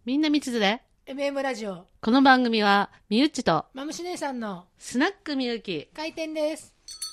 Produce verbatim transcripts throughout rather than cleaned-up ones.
みんなみちずでエムエム ラジオ。 この番組はみゆっちとまむし姉さんのスナックみゆき開店です。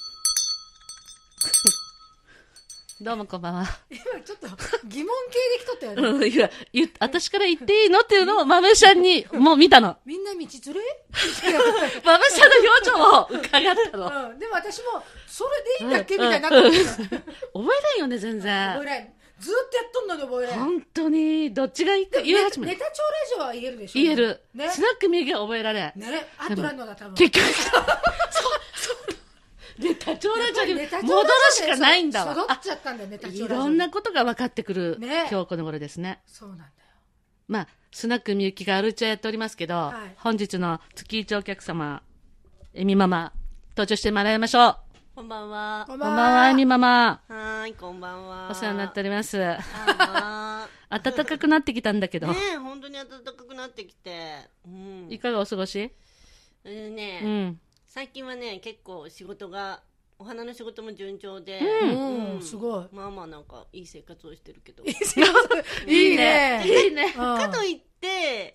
どうもこんばんは。 今ちょっと疑問系できとったよね。 うん、いや、言私から言っていいのっていうのをまむしゃんにもう見たの。 みんな道連れまむしゃんの表情を伺ったの。 うん、でも私もそれでいいんだっけみたいになってる、うんうん、覚えないよね全然。 覚えない。ずっとやっとんのに覚えない。 本当にどっちがいいか言い始めネタ帳ラジオは言えるでしょ。 言える、 ね、 スナックみゆきは覚えられんね。あとらんのだ多分結局ネタ帳ラジオに戻るしかないんだわ。 育っちゃったんだよネタ帳ラジオ。 いろんなことが分かってくる、 ね、 今日この頃ですね。 そうなんだよ。 まあスナックみゆきがアルチャやっておりますけど、 はい、 本日の月一お客様えみママ登場してもらいましょう。 こんばんは。 こんばんは。えみママ。 はーい、こんばんは。 お世話になっております。 あ暖かくなってきたんだけど。 ねえ、本当に暖かくなってきて。うん、 いかがお過ごし？ うんね、 うん、最近はね、結構仕事が、お花の仕事も順調で、 うんうん、すごい。 まあまあなんかいい生活をしてるけど。 いいね。 いいね。 かといって、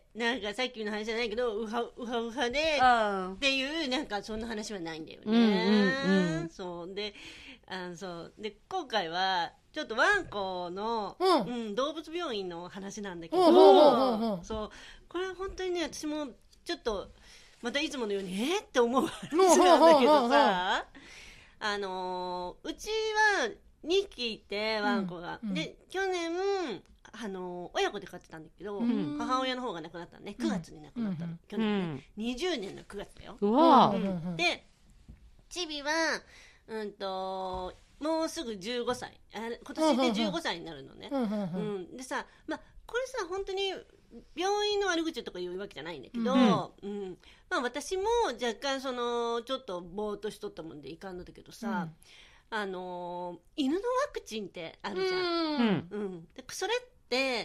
なんかさっきの話じゃないけど、うはうはうはで、っていう、なんかそんな話はないんだよね。うんうんうん、そう。で、あのそう。で、今回は、ちょっとワンコの、うんうん、動物病院の話なんだけど、そう。これは本当にね、私もちょっと、またいつものように、えー、って思う話なんだけどさ、あのー、うちはにひきいてワンコが、うん、で去年、あのー、親子で飼ってたんだけど、うん、母親の方が亡くなったのね。くがつに亡くなったの、うん、去年ね、うん、にじゅうねんのくがつだよ。 うわ、 うん、でチビはうんともうすぐじゅうごさい、あ今年でじゅうごさいになるのね、うんうん、でさ、まあ、これさ本当に病院の悪口とか言うわけじゃないんだけど、うんうん、まあ、私も若干そのちょっとぼーっとしとったもんでいかんのだけどさ、うん、あのー、犬のワクチンってあるじゃん、うんうん、でそれって、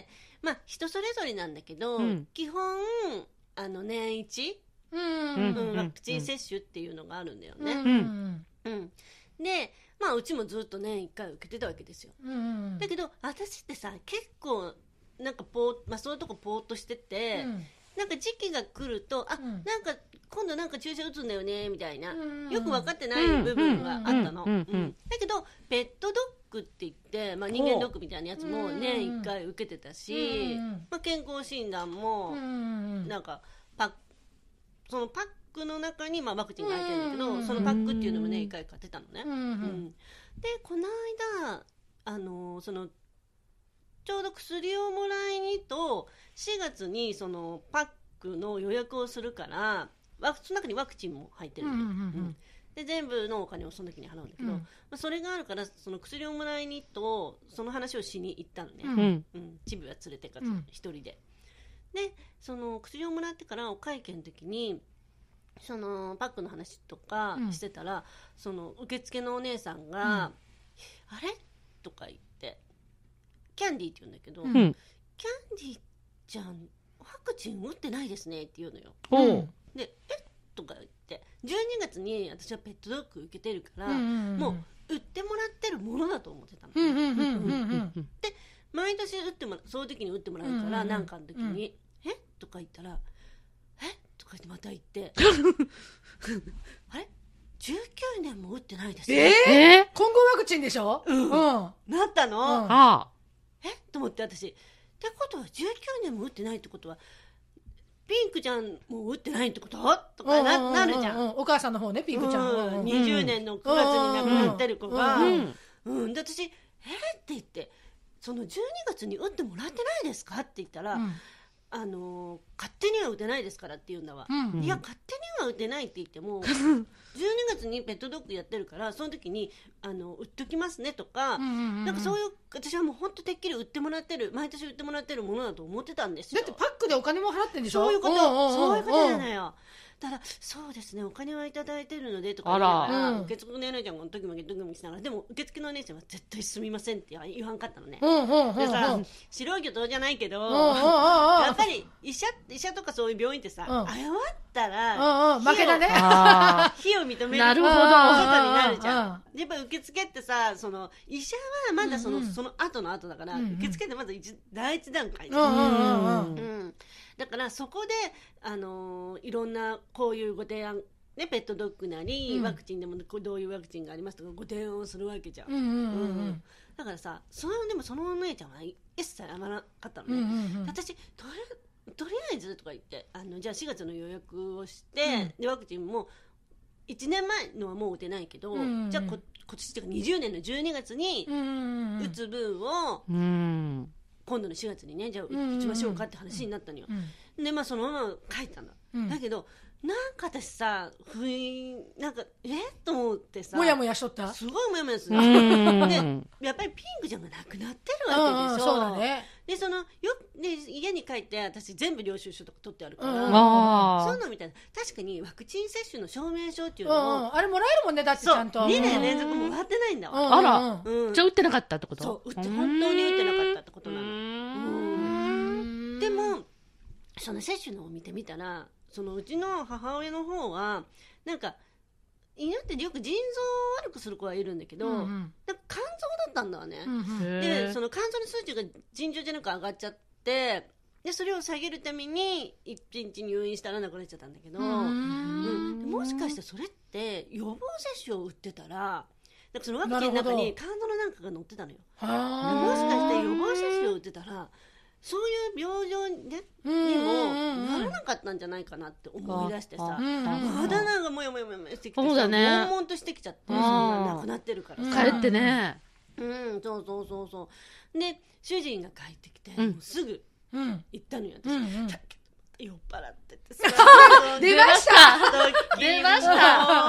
まあ、人それぞれなんだけど、うん、基本あの年一、うんうん、ワクチン接種っていうのがあるんだよね、うんうん、で、まあ、うちもずっと年いっかい受けてたわけですよ、うん、だけど私ってさ結構なんかぽー、まあ、そういうとこぽーっとしてて、うん、なんか時期が来るとあ、うん、なんか今度なんか注射打つんだよねみたいな、うん、よく分かってない部分があったの、うんうん、だけどペットドッグって言って、まあ、人間ドッグみたいなやつも年いっかい受けてたし、まあ、健康診断もなんかパッそのパックの中にまあワクチンが入ってるんだけど、そのパックっていうのも年いっかい買ってたのね、うんうん、でこの間あのそのちょうど薬をもらいにとしがつにそのパックの予約をするからその中にワクチンも入ってるんだよ、うんうんうん、で全部のお金をその時に払うんだけど、うんまあ、それがあるからその薬をもらいにとその話をしに行ったのね、うんうん、チビは連れてかつ一人で、でその薬をもらってからお会計の時にそのパックの話とかしてたら、うん、その受付のお姉さんが、うん、あれとか言ってキャンディーって言うんだけど、うん、キャンディーちゃんワクチン打ってないですねって言うのよ、うん、でえとか言ってじゅうにがつに私はペットドッグ受けてるから、うんうんうん、もう打ってもらってるものだと思ってたの、うんうんうんうん、で毎年打ってもらそういう時に打ってもらうから何かの時に、うん、えとか言ったらえとか言ってまた言ってあれじゅうきゅうねんも打ってないですね、 えー、混合ワクチンでしょ、うんうん、 なったの、うん、 あえと思って私ってことはじゅうきゅうねんも打ってないってことはピンクちゃんも打ってないってこととか な,、うんうんうんうん、なるじゃん。 お母さんの方ねピンクちゃん、うんうん、 にじゅうねんのくがつに亡くなってる子が、うんうんうん、で私えー、って言ってそのじゅうにがつに打ってもらってないですかって言ったら、うんあのー、勝手には打てないですからって言うんだわ、うん、いや勝手には打てないって言ってもじゅうにがつにペットドッグやってるからその時にあの打っときますねとか、うんうんうん、なんかそういう私はもう本当てっきり売ってもらってる毎年売ってもらってるものだと思ってたんですよ。 だってパックでお金も払ってるんでしょ。 そういうことそういうことなのよ。 だからそうですね、お金はいただいてるのでとか言いながら、 あら受付のお姉ちゃんがドキドキドキドキしながら、でも受付のお姉ちゃんは絶対すみませんって言わんかったのね。 うんうんうんうんでさ、白い巨頭じゃないけど、 うんうんうんうんやっぱり医者医者とかそういう病院ってさ、 うん謝ったら、 うんうん負けだね。 あ非を認めるなるほどことになるじゃん。 うんうんうんやっぱ受付ってさ、その医者はまだその、 うんうんその後の後だから、 うんうん受付ってまず一第一段階で、 うんうんうんうんうんだからそこで、あのーいろんなこういうご提案、ね、ペットドッグなり、 うんワクチンでもこうどういうワクチンがありますとかご提案をするわけじゃん、 うんうんうんうんうんだからさ、そのでもそのお姉ちゃんは一切謝らなかったのね、 うんうんうん私とりとりあえずとか言ってあのじゃあしがつの予約をして、でワクチンもいちねんまえのはもう打てないけど、 うんうんじゃあこ今年っていうかにじゅうねんのじゅうにがつにうんうんうん打つ分をーうん今度のしがつにねじゃあうんうんうん打ちましょうかって話になったのよ、 うんでまあそのまま書いたんだ、 うんだけどなんか私さ不意なんかえと思ってさもやもやしとったすごいもやもやするうんでやっぱりピンクちゃんがなくなってるうんわけでしょ、 うんそうだねでそのよで家に帰って私全部領収書とか取ってあるから、 うんうんあそういうのみたいな確かにワクチン接種の証明書っていううんのを、 うんあれもらえるもんねだってちそうゃんとにねん連続もらってないんだわ、 うんあらうんじゃあ打ってなかったってこと？ そう打って本当に打ってなかったってことなのううんんでもその接種のを見てみたらそのうちの母親の方はなんか犬ってよく腎臓を悪くする子はいるんだけど、 うんうんなんか肝臓だったんだわね、 うんうんでその肝臓の数値が尋常じゃなく上がっちゃってでそれを下げるためにいちにち入院したら亡くなっちゃったんだけど、 うんうんでもしかしてそれって予防接種を打ってたらなんかそのワクチンの中なるほどに肝臓のなんかが載ってたのよ。ではもしかして予防接種を打ってたらそういう病状に,、ね、にもならなかったんじゃないかなって思い出してさ、 うんうんまだなんかもやもやもやもやしてきてそうだね悶々としてきちゃってそんな亡くなってるからさ、 帰ってね。 うん、そうそうそうそうで主人が帰ってきて、 うんもうすぐうん行ったのよ私、 うんうんだけど酔っ払っててさ出ました出ましたそうそうそうそう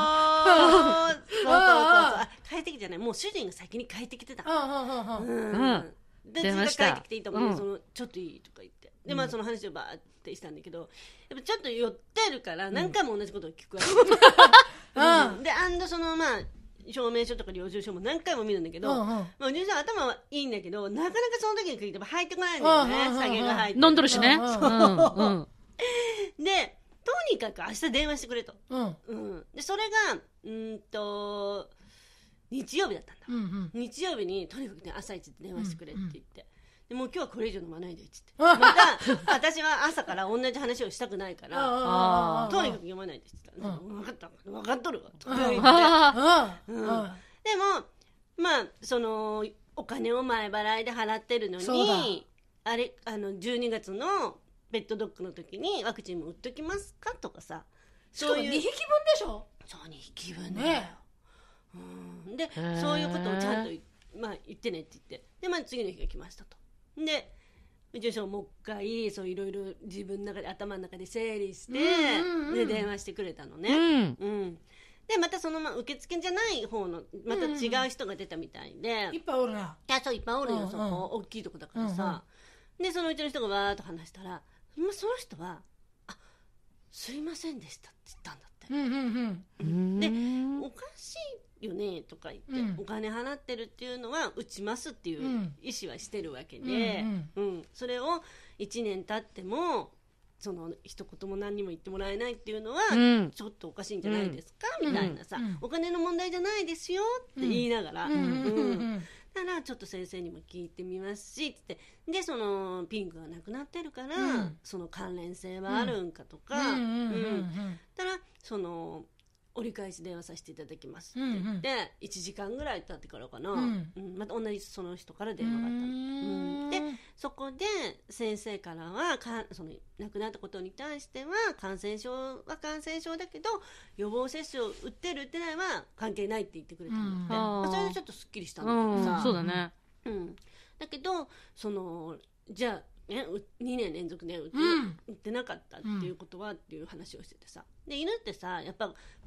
あ帰ってきてないもう主人が先に帰ってきてたうんうんうんうんうんうんで出ました帰ってきていいと思う、 うんそのちょっといいとか言ってでまあその話をバーってしたんだけどやっぱちょっと寄ってるから何回も同じことを聞くわけ、うんでアンドそのまあ証明書とか領収書も何回も見るんだけど、 うんうんまあ、おじいさん頭はいいんだけどなかなかその時に聞いても入ってこないんだよね、 うんうんうんうん酒が入って飲んどるしね。 ううんんうんでとにかく明日電話してくれと、 うんうん、でそれがうーんと日曜日だったんだ、 うんうん日曜日にとにかくね朝一で電話してくれって言って、でもう今日はこれ以上飲まないでって言ってまた私は朝から同じ話をしたくないからあーとにかく読まないでって言ったら、分かった分かっとるわとか言って、 あうんうんでもまあそのお金を前払いで払ってるのそうだにあれあのじゅうにがつのペットドッグの時にワクチンも打っときますかとかさしかもそういうにひきぶんでしょそうに匹分だよ、 ねうん、でーそういうことをちゃんと、まあ、言ってねって言ってで、まあ、次の日が来ましたとでうちの人がもう一回そういろいろ自分の中で頭の中で整理して、 うんうんうんで電話してくれたのうね、 んうんでまたその、まあ、受付じゃない方のまた違う人が出たみたいで、 いっぱいおるな。 いやそういっぱいおるよ、 うんうんそこ大きいとこだからさ、でそのうちの人がわーっと話したら、まあ、その人は「あすいませんでした」って言ったんだって、 うんうんうんでおかしいよねとか言って、 うんお金払ってるっていうのは打ちますっていううん意思はしてるわけで、 ううんんそれをいちねん経ってもその一言も何にも言ってもらえないっていうのは、 うんちょっとおかしいんじゃないですか、 うんみたいなさ、 うんお金の問題じゃないですよって言いながら、 うんうんうんうんだからちょっと先生にも聞いてみますしつってでそのピンクがなくなってるから、 うんその関連性はあるんかとか、 うんうんうんうんたらその折り返し電話させていただきますって言って、いちじかんぐらい経ってからかな、 うんうんまた同じその人から電話があったの、 ううんんでそこで先生からはかその亡くなったことに対しては感染症は感染症だけど予防接種を打ってる打ってないは関係ないって言ってくれたんだって、 うんまあそれでちょっとすっきりしたんだうけどさ、 んそうだね。 うん、だけどそのじゃあ、ね、うにねん連続で打って,、 うん打ってなかったっていうことはっていう話をしててさで犬ってさやっぱ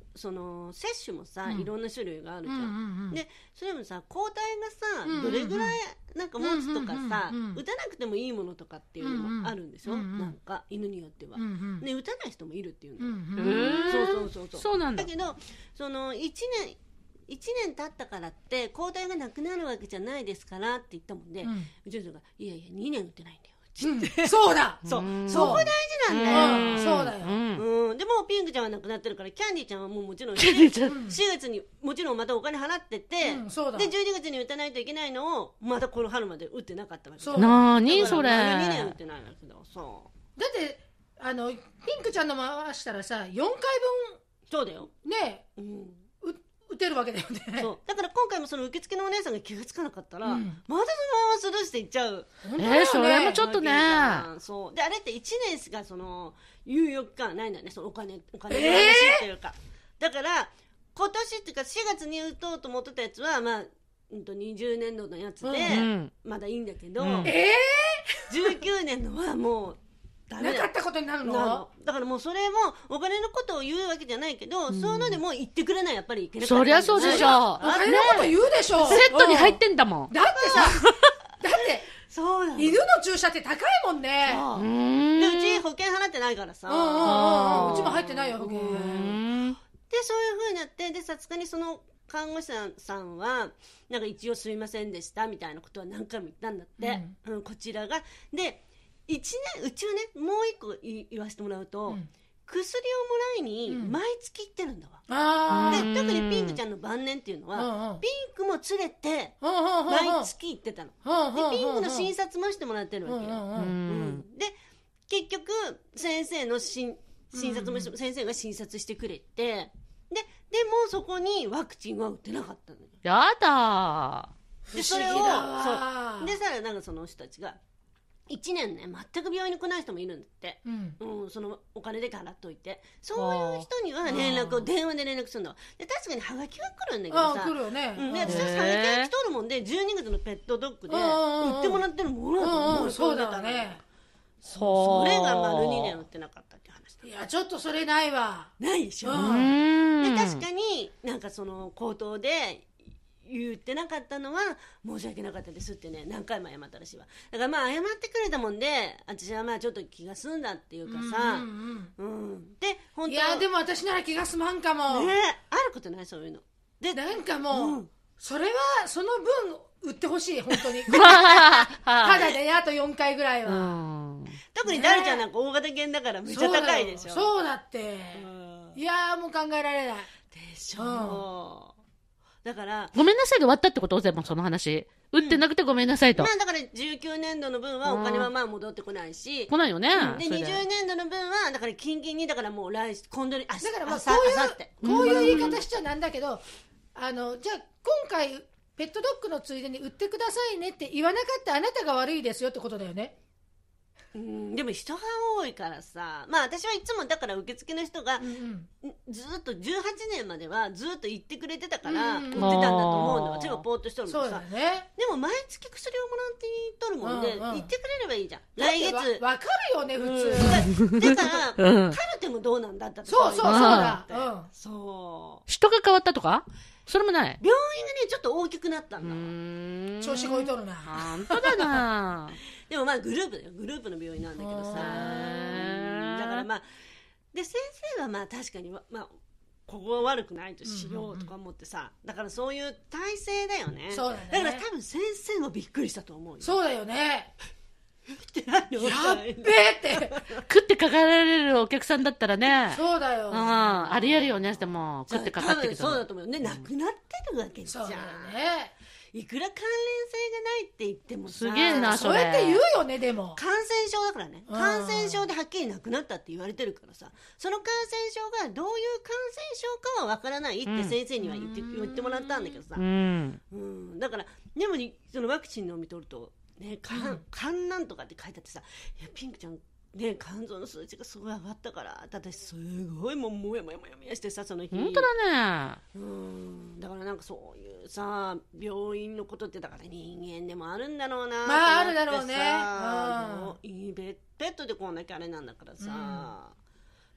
その接種もさ、 うんいろんな種類があるじゃん、 うんうんうんでそれもさ抗体がさ、 うんうんうんどれぐらいなんか持つとかさ、 うんうんうんうん打たなくてもいいものとかっていうのもあるんでしょ、 うんうんなんか犬によっては、 うんうんで打たない人もいるっていうの、 うんうんへーそうそうそうそうそうなんだだけどそのいちねんいちねん経ったからって抗体がなくなるわけじゃないですからって言ったもんで、 うんうちの人がいやいやにねん打ってないんだようんそうだそううんそこ大事なんだよ、 うんそうだよんうん、でもピンクちゃんは亡くなってるからキャンディーちゃんはもうもちろんキャンディーちゃんうんしがつにもちろんまたお金払ってて、 うんそうだでじゅうにがつに打たないといけないのをまたこの春まで打ってなかったわけそうなーにそれだから丸にねん打ってないわけだそうだってあのピンクちゃんの回したらさよんかいそうだよ、 ぶんねうん、 う打てるわけだよねそうだから今回もその受付のお姉さんが気がつかなかったら、 うんまたそのままスルーしていっちゃう本当だよねえーそれもちょっとねそうであれっていちねんしかその猶予期間ないんだよねそのお金お金のえー話っていうか、だから今年っていうかしがつに打とうと思ってたやつはまあうんとにじゅうねんどのやつで、 うんまだいいんだけど、 うんえじゅうきゅうねんのはもうダー、 メだなかったことになるのなのだからもうそれもお金のことを言うわけじゃないけど、 うんそういうのでもう言ってくれないやっぱりいけなかったんそりゃじゃないそうでしょお金のこと言うでしょ、 セットに入ってんだもんだってさだってそうなの犬の注射って高いもんねそううーんでうち保険払ってないからさ、 うんうんうんうんうちも入ってないよ保う険ーんでそういう風になってでさすがにその看護師さんはなんか一応すいませんでしたみたいなことは何回も言ったんだって、うんこちらがでいちねんうちはねもう一個言言わせてもらうと、 うん薬をもらいにうん毎月行ってるんだわ、 あうんで特にピンクちゃんの晩年っていうのは、 うんうんピンクも連れてあ毎月行ってたの、でピンクの診察察もしてもらってるわけよ、 ううんんで結局先生の診診察もし、先生が診察してくれてででもそこにワクチンは打ってなかったのよやだでそれを不思議だわそうでさなんかその人たちがいちねんね全く病院に来ない人もいるんだって、 うんうん、そのお金で払っといてそういう人には連絡を電話で連絡するんだわで確かにハガキは来るんだけどああさ来るよねうん、でうん私はハガキが来とるもんでじゅうにがつのペットドッグでうんうんうん売ってもらってるものだとうん思ううんそうだよわねそれが丸にねん売ってなかったって話だいやちょっとそれないわないでしょ、 ううーんで確かになんかその口頭で言ってなかったのは申し訳なかったですってね何回も謝ったらしいわだからまあ謝ってくれたもんで私はまあちょっと気が済んだっていうかさうんうんうん、で本当うんいやでも私なら気が済まんかも、 ねあることないそういうのでなんかもう、 うんそれはその分売ってほしい本当にたただでねあとよんかいぐらいは、 うん特にダルちゃんなんか大型犬だからめっちゃ高いでしょそうだってうんいやーもう考えられないでしょだからごめんなさいで終わったってことでもその話打ってなくてごめんなさいと、 まあだからじゅうきゅうねんどの分はお金はまあ戻ってこないし来ないよね、 でそれにじゅうねんどの分はだからキンキンにだからもう来今度にあだからまあさこういうあさってこういう言い方しちゃなんだけど、あのじゃあ今回ペットドッグのついでに売ってくださいねって言わなかったあなたが悪いですよってことだよね。 うんでも人が多いからさまあ私はいつもだから受付の人がうんうんずっとじゅうはちねんまではずっと言ってくれてたからうん売ってたんだと思うんだ私もポーっとしとるそうだもんさよね。 でも毎月薬をもらってとるもんでうんうん言ってくれればいいじゃんだって来月わわかるよね普うん通。 だだからうんカルテもどうなんだったとそうそうそうだ。うんそう人が変わったとかそれもない病院がねちょっと大きくなったんだわん調子がいとるな。 本当だなでもまあグループだよグループの病院なんだけどさへーだからまあで先生はまあ確かにまあここは悪くないとしようとか思ってさだからそういう体制だよねそうだねから多分先生もびっくりしたと思うよそうだよね。 ってなるやっべえって。 食ってかかられるお客さんだったらねそうだよ。 うんありえるよねでも食ってかかってきた多分そうだと思うよねなくなってるわけじゃんそうだよね。 いくら関連性がないって言ってもさすげえなそうやって言うよねでも。 感染症だからねうん感染症ではっきりなくなったって言われてるからさその感染症がどういう感染症かはわからないって先生には言って,、言ってもらったんだけどさ、 うんうん、だからでもにそのワクチンのを見とるとね肝肝なんとかって書いてあってさいやピンクちゃんね肝臓の数値がすごい上がったから私すごいもうもやもやもやもやしてさその日本当だねうんだからなんかそういうさ病院のことってだから人間でもあるんだろうなまあと思ってさあるだろうねうんもういいベペットでこんだけあれなんだからさ、びっ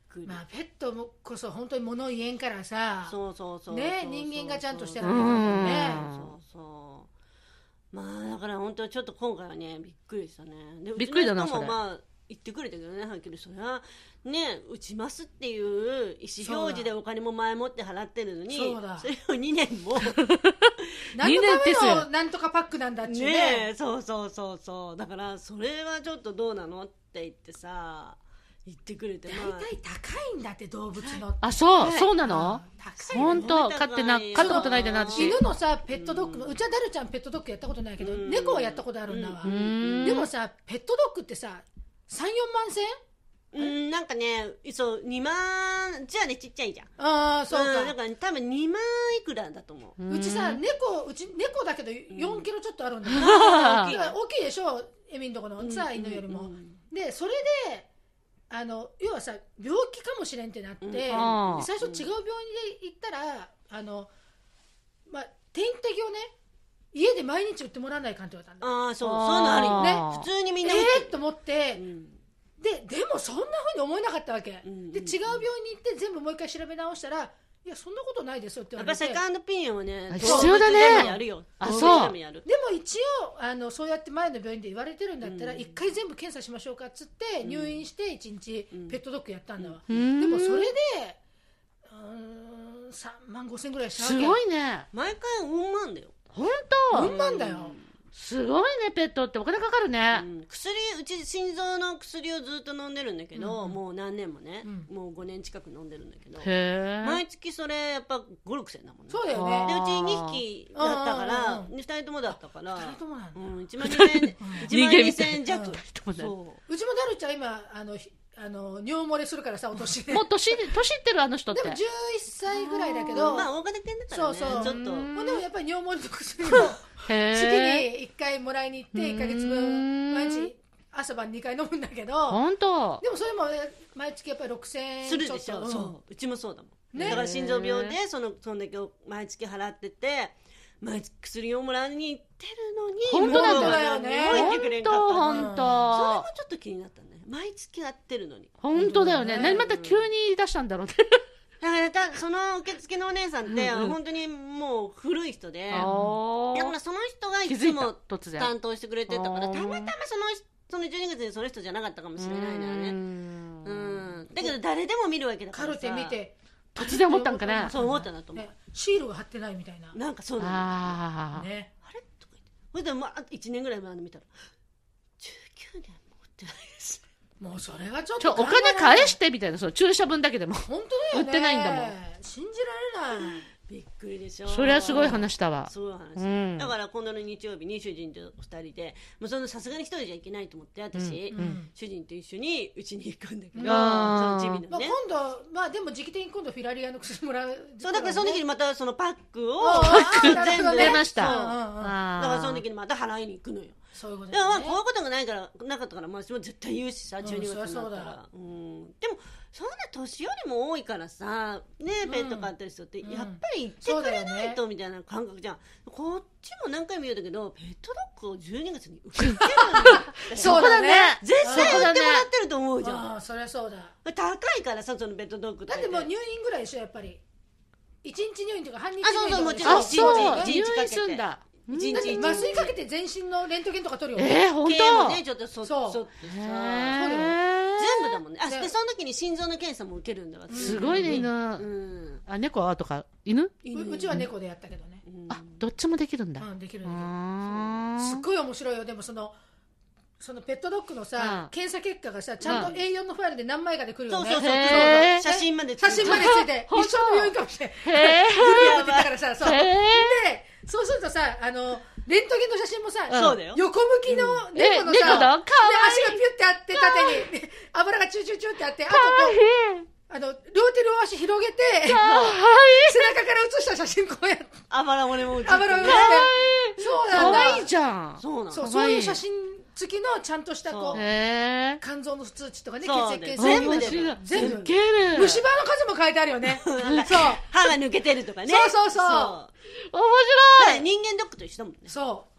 くり。 まあペットもこそ本当に物言えんからさ、 そうそうそうそうね、人間がちゃんとしてらうれるからんね。 そうそうまあだから本当ちょっと今回はねびっくりしたね。でびっくりだなうちの人もそれまあ言ってくれたけどね、はっきりそれはね打ちますっていう意思表示でお金も前もって払ってるのに、 そうだそれをにねんも何のにねんですよためのなんとかパックなんだっちゅうね。 ねえそうそうそうそうだからそれはちょっとどうなのって言ってさ言ってくれて、まあ大体高いんだって動物のって。 あ、そう、 はいそうなの？ 高いの。 本当、 高い飼ってな、飼ったことないでな、私。 犬のさペットドッグの、うちはダルちゃんペットドッグやったことないけど、 うん猫はやったことあるんだわ。 んでもさペットドッグってささん、よんまんせんうんなんかねそうにまんじゃあねちっちゃいじゃん。 ああそうか、 んだから多分にまんいくらだと思う。 うちさ猫うち猫だけどよんキロちょっとあるんだよ、 あーだから大きいでしょエミんとこのさ、犬よりも、でそれであの要はさ病気かもしれんってなって、 うんであー最初違う病院で行ったらあの、まあ、点滴をね家で毎日打ってもらわないかんって言われたんだ。 ああそうあーそういうのあるよねね普通にみんなえ打ってー、と思って、 うんででもそんな風に思えなかったわけ、 うんで違う病院に行って全部もう一回調べ直したらいやそんなことないですよってや言われて、 っぱセカンドピニオンはねあ必要だね動物でもやるよあ動物そうでもやるでも一応あのそうやって前の病院で言われてるんだったらうん一回全部検査しましょうかっつってうん入院していちにちうんペットドッグやったんだわ、 うんでもそれでうーんさんまんごせんぐらいしたわすけ。 ごいね。 毎回うんまんだよ本当うんまんだよ、 すごいね、ペットってお金かかるうね。 ん薬うち心臓の薬をずっと飲んでるんだけど、 うんもう何年もね、 うんもうごねん近く飲んでるんだけどへえ。 毎月それやっぱご、ろくせんだもんね。 そうだよあねでうちにひきだったかうんらうんうんふたりともだったからふたりともなんだうん、いちまんにせんいちまんにせん弱うんそううちもダルちゃん今あのひあの尿漏れするからさお年でもう年、年いってるあの人ってでも。じゅういっさいぐらいだけうど、 まあ大型犬だからねそうそうちょっとうんまあでもやっぱり尿漏れの薬もへ月え。 にいっかいもらいに行っていっかげつぶうんん毎日朝晩にかい飲むんだけど、 本当。 でもそれもね毎月やっぱりろくせんえんするでしょ、 ちょっと、 そううちもそうだもん、 ねだから心臓病でそのそんだけ毎月払ってて毎月薬をもらいに行ってるのに本当なんだよねもう言ってくれんかった本それも当。 ちょっと気になったね毎月やってるのに本当だよね。 うん何また急に言い出したんだろうね。 だからたその受付のお姉さんって、 うんうん本当にもう古い人で、 あーだからその人がい気づいつもた突然。 担当してくれてたからあーたまたまそのそのじゅうにがつにその人じゃなかったかもしれないのようねんうんだけど誰でも見るわけだかカルらさテ見て突然思ったんかね。 そう思ったなと思う、 ねシールが貼ってないみたいななんかそうだねああ。 ねあれとか言ってそれでまあいちねんぐらい前の見たらじゅうきゅうねんも売ってないですもうそれはちょっちょ、 とお金返しててみたいな、その注射分だけでも。 本当だよね売ってないんだもん信じられないびっくりでしょそれはすごい話だわ。 すごい話、 うんだから今度の日曜日に主人とふたりでもうそのさすがに一人じゃいけないと思って私、 うんうん主人と一緒にうちに行くんだけど、 あーそのチビまあ、 のね、 今度まあでも時期的に今度フィラリアの薬もらうそうだからその時にまたそのパックをあーなる全部ほどね出ました。 うんうんうんあーだからその時にまた払いに行くのよそういうことでもまあねこういうことがないからなかったからまあ私も絶対言うしさじゅうにがつになったそりゃそうらだ、 うん、でもそんな年よりも多いからさねうんペット飼ってる人ってうんやっぱり言ってくれないとみたいな感覚じゃん、こっちも何回も言うんだけどペットドッグをじゅうにがつに売ってるんだってそうだね絶対売ってもらってると思うじゃん、 ああそりゃそうだ高いからさそのペットドッグってだってもう入院ぐらいでしょやっぱり一日入院とか半日あそうそう入院とかもちろんあ、そう。 一日入一日かけて院すんだ。 一日だって麻酔かけて全身のレントゲンとか取るよねえー、本毛も当。 ねちょっとそそうそってさへそうだー全部だもんねあねでその時に心臓の検査も受けるんだわすごいね、 う犬。 んあ、猫はとか、犬？ ううちは猫でやったけどねうんあ、どっちもできるんだ。 うんできるうできるーんすっごい面白いよでもそのそのペットドッグのさ、 うん検査結果がさちゃんと エーよん のファイルで何枚かで来るよね、 そうそうそうへー写真まで写真までついて本当一緒の病院かもしれないへグループって言ったからさそうへーでそうするとさあのレントゲンの写真もさ、 そうだよ横向きの猫のさ、 え猫だかわいいで足がピュッてあって縦にで油がチューチューチューってあってあとこうあの両手両足広げて背中から写した写真こうやってあばら骨も映って油を入れてそうなんだかわいいじゃん。 そうなのそうかわいいそういう写真付きのちゃんとしたこそううへー。 肝臓の数値とかね血そう液検査全部で面白い全部すっげーね虫歯の数も書いてあるよねそう歯が抜けてるとかねそうそうそうそう面だから白い。 人間ドックと一緒だもんねそう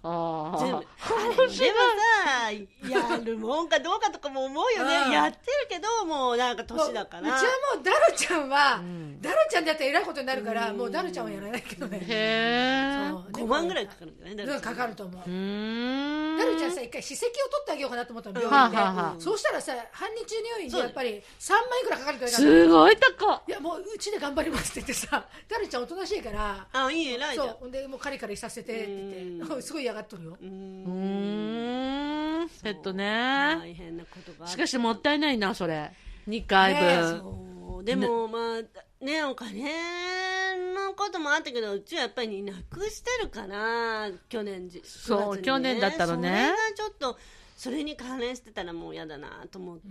あ全部。あれもでもさ、やるもんかどうかとかも思うよね。 うん、 やってるけど、もうなんか年だから。 うちはもうダルちゃんは、うん、ダルちゃんだったら偉いことになるから、うん、もうダルちゃんはやらないけどね。 へー。ごまんぐらいかかるんだね、 ダルちゃん。かかると思う。 うーん。 ダルちゃんさ、一回歯石を取ってあげようかなと思ったの、病院で。うんはははそうしたらさ、半日入院でやっぱりさんまん円くらいかかるから。 すごい高いや、もううちで頑張りますって言ってさ、ダルちゃんおとなしいから、 あ、いいね、偉いじゃん。 そう。で、もうカリカリさせてって言って、すごい嫌がっとるよ。 うーん。ペットね。 大変なことが。 しかしもったいないな、それ。にかいぶん。ね、 そうでも、まあ、ね、お金のこともあったけど、うちはやっぱりなくしてるかな、去年じ、 そう、ね、去年だったのね。 それがちょっと、それに関連してたらもう嫌だなと思って、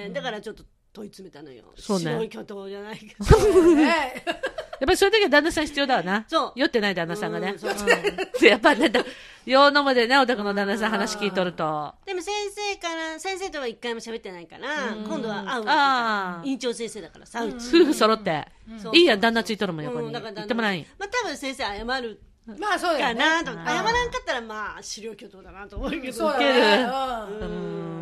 だからちょっと問い詰めたのよ。そうね。白い巨頭じゃないけど。 やっぱりそういう時は旦那さん必要だわな。 そう。 酔ってない旦那さんがね。うん、そううん、やっぱね、酔うのもでね、お宅の旦那さん話聞いとると。 でも先生から、先生とは一回も喋ってないから、今度は会うわけ。院長先生だからさ、うち。 夫婦揃って。いいや、旦那ついとるもん、横に。言ってもない。 まあ多分先生謝る。 まあそうだよね。 かなと。謝らんかったらまあ、資料巨頭だなと思うけど。 そうだね。 うん。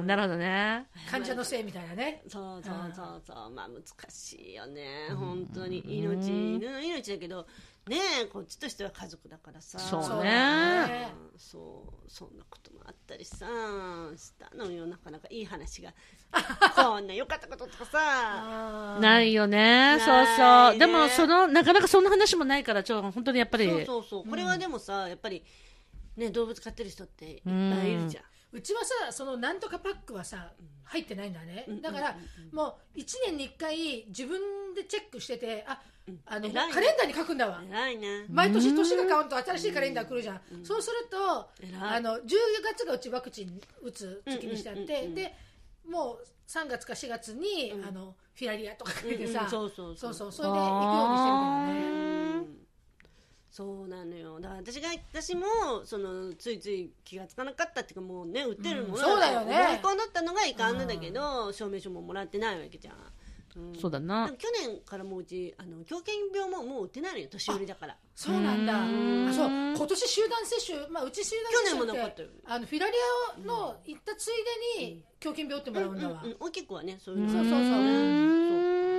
なるほどね。 患者のせいみたいなね。 そうそうそうそう。まあ難しいよね。本当に。命、犬の命だけど、ねえ、こっちとしては家族だからさ。 そうね。 そう、そんなこともあったりさ、したのよ。なかなかいい話が。こんな良かったこととかさ。 ないよね。そうそう。でも、その、なかなかそんな話もないから、ちょ、本当にやっぱり。 そうそうそう。これはでもさ、やっぱり、ね、動物飼ってる人っていっぱいいるじゃん。 うちはさ、そのなんとかパックはさ、入ってないんだね。だから、もういちねんにいっかい自分でチェックしてて、あ、あの、カレンダーに書くんだわ。 偉いね。 毎年年が変わると新しいカレンダー来るじゃん。そうすると、あの、じゅうがつがうちワクチン打つ月にしてあって、で、もうさんがつかしがつに、あの、フィラリアとか書いてさ、そうそうそう、それで行くようにしてるんだよね。 そうなのよ。だから私が私もそのついつい気がつかなかったっていうかもうね売ってるものだと思い込んだったのがいかんのだけど、証明書ももらってないわけじゃん。 うん、そうだな。 去年からもううちあの狂犬病ももう売ってないのよ、年寄りだから。 そうなんだ。あ、そう。今年集団接種、まあうち集団接種って去年もなかったよ。 あのフィラリアの行ったついでに狂犬病ってもらうんだわ。 大きくはね、そういうの。 そうそうそう。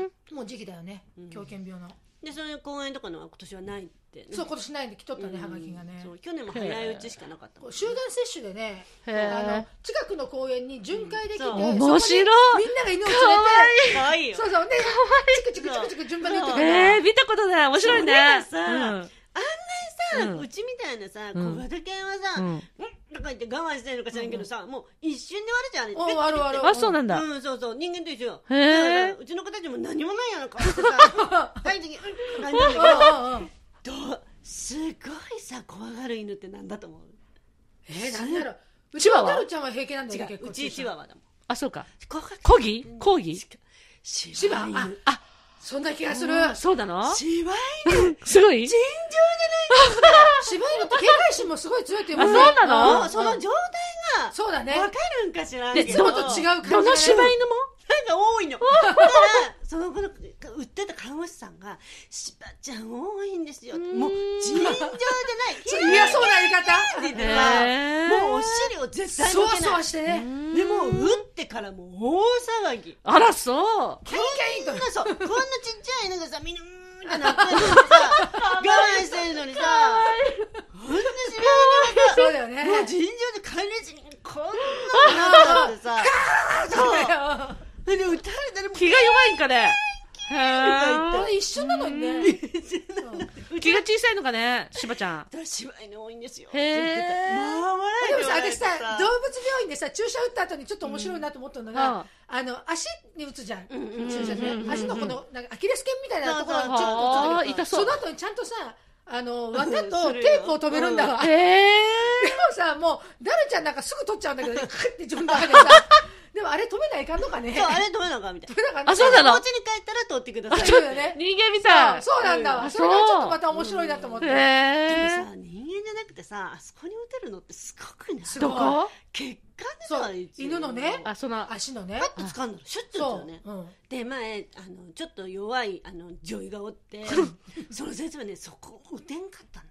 もう時期だよね、狂犬病の。 でそういう公園とかのは今年はないってね。 そう、今年ないんで来とったね、はがきがね。 そう、去年も早いうちしかなかった。 集団接種でね、あの近くの公園に巡回できて、面白い。みんなが犬を連れて、 可愛いよ。 そうそう、で、チクチクチクチク順番に打ってくる。 ええ、見たことない、面白いね。 あんなにさ、うちみたいなさ、小型犬はさ、うんとか言って我慢してるのか知らんけどさ、もう一瞬で終わるじゃん。 あるある。 あ、そうなんだ。 うん、そうそう、人間と一緒よ。 へえ。 うちの子たちも何もないやのかってさ、はい、次、うん、感じなんだけど、どう、すごいさ、怖がる犬ってなんだと思う？ えー、なんだろう。うちはダルちゃんは平気なんだよ、結構。 うちチワワだもん。 あ、そうか。コギ？コギ？ シバ？あ、そんな気がする。 そうなの？ 柴犬。 すごい？ 尋常じゃない柴犬って警戒心もすごい強いって言うもんね。 あ、そうなの？ その状態が、 そうだね。 わかるんかしらんけど。 いつもと違う感じがね。 どの柴犬も？ なんか多いの。だから、その子の売ってた看護師さんが、しばちゃん多いんですよ。もう、尋常じゃない。 嫌そうな言い方って言ってさ、もうお尻を絶対そわそわしてね。 でも、打ってからもう大騒ぎ。 あら、そう。 キャイキャイと。 そう。こんなちっちゃい犬がさ、みんな、うーんってなってるのにさ、我慢してるのにさ、こんなしば犬がさ、 そうだよね。 もう尋常で帰れずに、こんなのってさ、そう。で、打たれたら気が弱いんかね。 へぇ一緒なのにね。 気が小さいのかね、しばちゃん。 柴犬多いんですよ。 へぇでもさ、私さ、動物病院でさ、注射打った後にちょっと面白いなと思ったのが、あの、足に打つじゃん。注射で。足のこの、なんかアキレス腱みたいなところにちょっと打つんだけど、その後にちゃんとさ、あの、綿とテープを止めるんだわ。へぇでもさ、もう、ダルちゃんなんかすぐ取っちゃうんだけど、クッて自分の中でさ、でもあれ止めないかんのかね。 そう、あれ止めなあかんみたいな。あ、そうなの？ お家に帰ったら取ってください。 そうだよね。 人間みたい。 そうなんだわ。それがちょっとまた面白いなと思って。 へぇでもさ、人間じゃなくてさ、あそこに打てるのってすごくない？ どこ？ 血管でさ、 犬のね、 あ、その足のね。 パッと掴んだらシュッと打つよね。で、前、あの、ちょっと弱い、あの、女医がおって、その先生はね、そこ打てんかったんだ。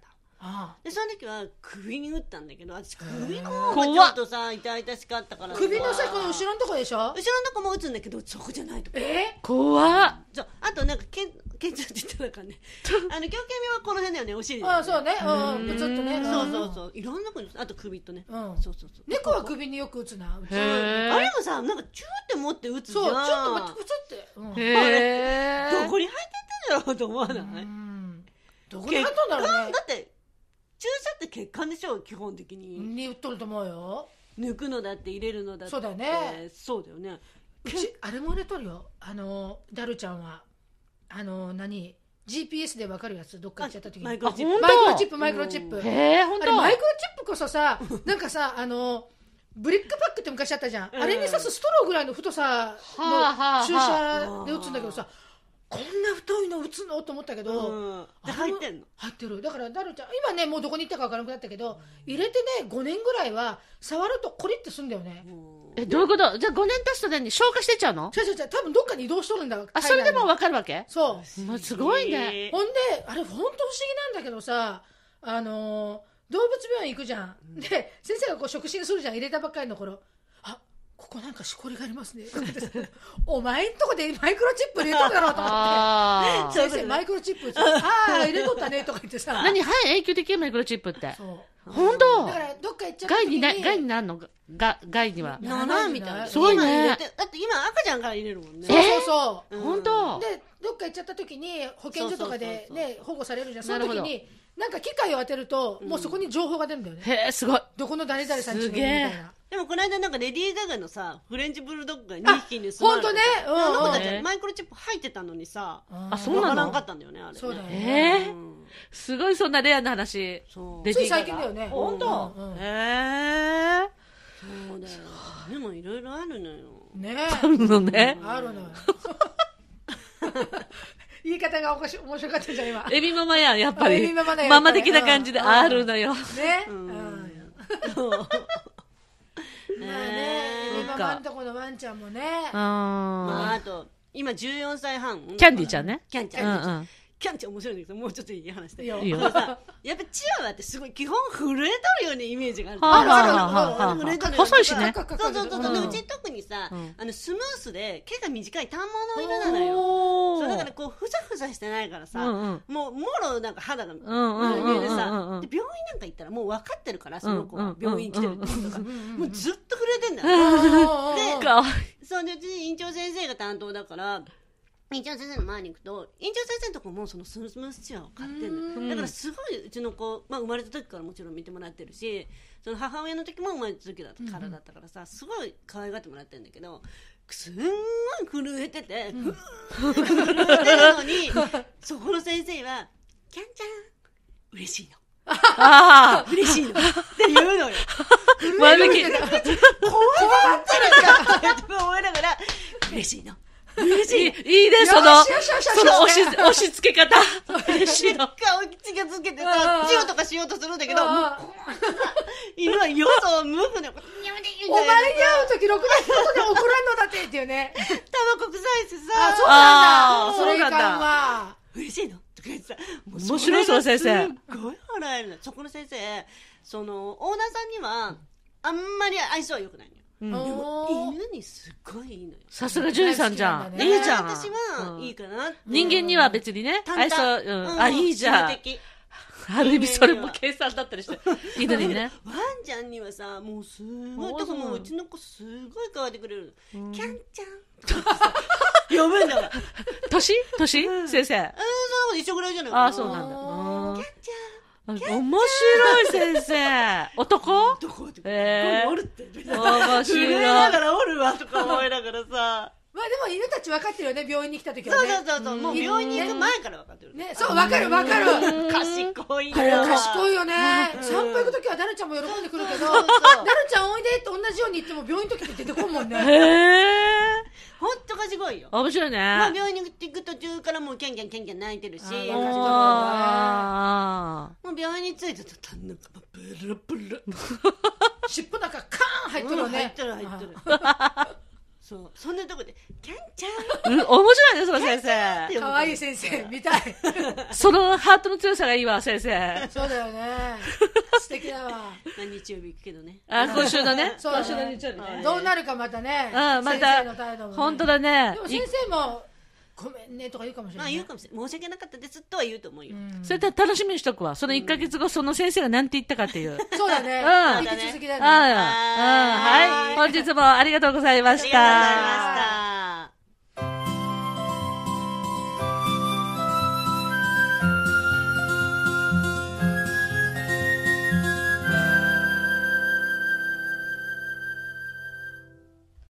でその時は首に打ったんだけど、私首の方がちょっとさ痛々しかったから、 首のさこの後ろのとこでしょ、後ろのとこも打つんだけどそこじゃないとこ、 えー、怖っ。 そう、あとなんかけんけんちゃんって言ったらかねあの狂犬病はこの辺だよね、お尻だよね。 あそうね、うんぶつっとね、 そうそうそう、いろんなこと、あと首とね、うん、そうそうそう、 猫は首によく打つな、 へー、 あれもさなんかチューって持って打つじゃん。 そう、ちょっと待ってブツって、 うん、へー、どこに入ってったんだろうと思わない？うん、 どこに入ったんだろうね。 だって注射って血管でしょ、基本的に。 に打っとると思うよ。 抜くのだって入れるのだって。 そうだね。 そうだよね。 うちあれも入れとるよ。あのダルちゃんはあの何 ジーピーエス で分かるやつ、どっか行っちゃった時にマイクロチップ、マイクロチップマイクロチップ。 へえ、本当。 あれマイクロチップこそさ、なんかさあのブリックパックって昔あったじゃん。あれに刺すストローぐらいの太さの注射で打つんだけどさ。こんな太いの打つのと思ったけど、うん、 入ってんの？ 入ってる。だからダルちゃん今ねもうどこに行ったか分からなくなったけど、入れてねごねんぐらいは触るとコリってすんだよね。 え、どういうこと？じゃあごねん経つと何消化してっちゃうの？ 違う違う違う、多分どっかに移動しとるんだ。 あ、それでも分かるわけ？ そう、 まあ、すごいね。 ほんであれ本当不思議なんだけどさ、あのー、動物病院行くじゃん、うん、で先生がこう触診するじゃん、入れたばっかりの頃、あここなんかしこりがありますねお前んとこでマイクロチップ入れとるだろうと思って先生マイクロチップああ入れとったねとか言ってさ何、はい、永久的マイクロチップって。 そう本当。 だからどっか行っちゃった時に害にな、害になるのが、害にはならんみたいな。 すごいね。 だって今赤ちゃんから入れるもんね。 そうそうそう、 うん、本当。 でどっか行っちゃった時に保健所とかでね保護されるじゃん。その時になんか機械を当てると、うん、もうそこに情報が出るんだよね。 へえ、すごい。 どこの誰々さんちのみたいな。 でもこの間なんかレディー・ガガのさフレンチブルドッグがにひきに住まれて、 本当ね、うんあの子たちマイクロチップ入ってたのにさ、 あ、そうなの？ わからんかったんだよね、あれね。 そうだよね。 えーうん、すごい、そんなレアな話。 そうつい最近だよね。 本当。 うんうん、 へえ。 そうだよ。でもいろいろあるのよ。 ね。 あるのね。 あるのよ。言い方がおかし面白かったじゃん今。 エビママやん、やっぱり。 エビママだよ。 ママ的な感じであるのよ。 ね。うん。まあね、エビママのとこのワンちゃんもね。 まああと今じゅうよんさいはん。 キャンディちゃんね。 キャンちゃん。キャンちゃん面白いんだけど、もうちょっといい話して。いいよ。やっぱチワワってすごい基本震えとるようなイメージがある。 あるある。細いしね。 そうそうそうそう。うち特にさ、あのスムースで毛が短い短毛の犬なのよ。そうだからこうふさふさしてないからさ、もうもろなんか肌が見えてさ、病院なんか行ったらもう分かってるからその子は病院来てるってことが、もうずっと震えてんだよ。で、そうでうち院長先生が担当だから。院長先生の前に行くと院長先生のとこもそのスムースチワワを飼ってんの。だからすごいうちの子、まあ、生まれた時からもちろん見てもらってるし、その母親の時も生まれた時だったからだったからさ、すごい可愛がってもらってるんだけど、すんごい震えてて、うん、ふー震えてるのにそこの先生はキャンちゃん嬉しいの。ああ嬉しいのって言うのよ。 前向き。 怖がってるじゃんって思いながら嬉しいの。嬉しい。 いいね、その、その押し、押し付け方。嬉しいの。 顔気がつけてさ、チューとかしようとするんだけど、もう、犬はよそを向くの。 お前に会うときろくなことで怒らんのだってっていうね。 タバコ臭いしさ。 あ、そうなんだ。それいかんわ。 嬉しいのとか言ってさ、 面白いその先生。 すっごい笑えるの。そこの先生、その、オーナーさんには、あんまり相性は良くないのよ。うん、でも犬にすっごいいいのよ。 さすがジュリさんじゃん。いいじゃん。 私はいいかな。 人間には別にね。相性、うん。あ、いいじゃん。ある意味それも計算だったりして。犬にね。 ワンちゃんにはさ、もうすごい、とかもううちの子すごい可愛いてくれるの。キャンちゃん。呼ぶんだから。 年年先生。うん、 そう、一緒ぐらいじゃない。 あ、そうなんだ。 キャンちゃん。 面白い先生。男？ 男ってえー、 おるって。 面白い。 震えながらおるわとか思いながらさ。 まあでも犬たち分かってるよね、病院に来た時はね。 そうそうそう、もう病院に行く前から分かってる。 ね、そう、分かる分かる。 賢いよ。 賢いよね。散歩行く時はダルちゃんも喜んでくるけど、ダルちゃんおいでって同じように言っても病院の時って出てこんもんね。 へー。 ほんと賢いよ。 面白いね。 まあ病院に行く途中からもうキャンキャンキャンキャン泣いてるし。もう病院に着いてたらなんかブルブル。 尻尾なんかカーン入ってるよね。 入ってる入ってる。 そう。そんなとこで、キャンちゃん。うん、面白いね、その先生。 かわいい先生、見たい。 そのハートの強さがいいわ、先生。 そうだよね。素敵だわ。 まあ日曜日行くけどね。 あ、今週のね。 今週の日曜日ね。どうなるかまたね。うん、また。 本当だね。 でも先生も、ごめんねとか言うかもしれない。 まあ言うかもしれない。申し訳なかったですとは言うと思うよ。 それと楽しみにしとくわ。そのいっかげつご、その先生が何て言ったかっていう。 そうだね。引き続きだね。 はい。本日もありがとうございました。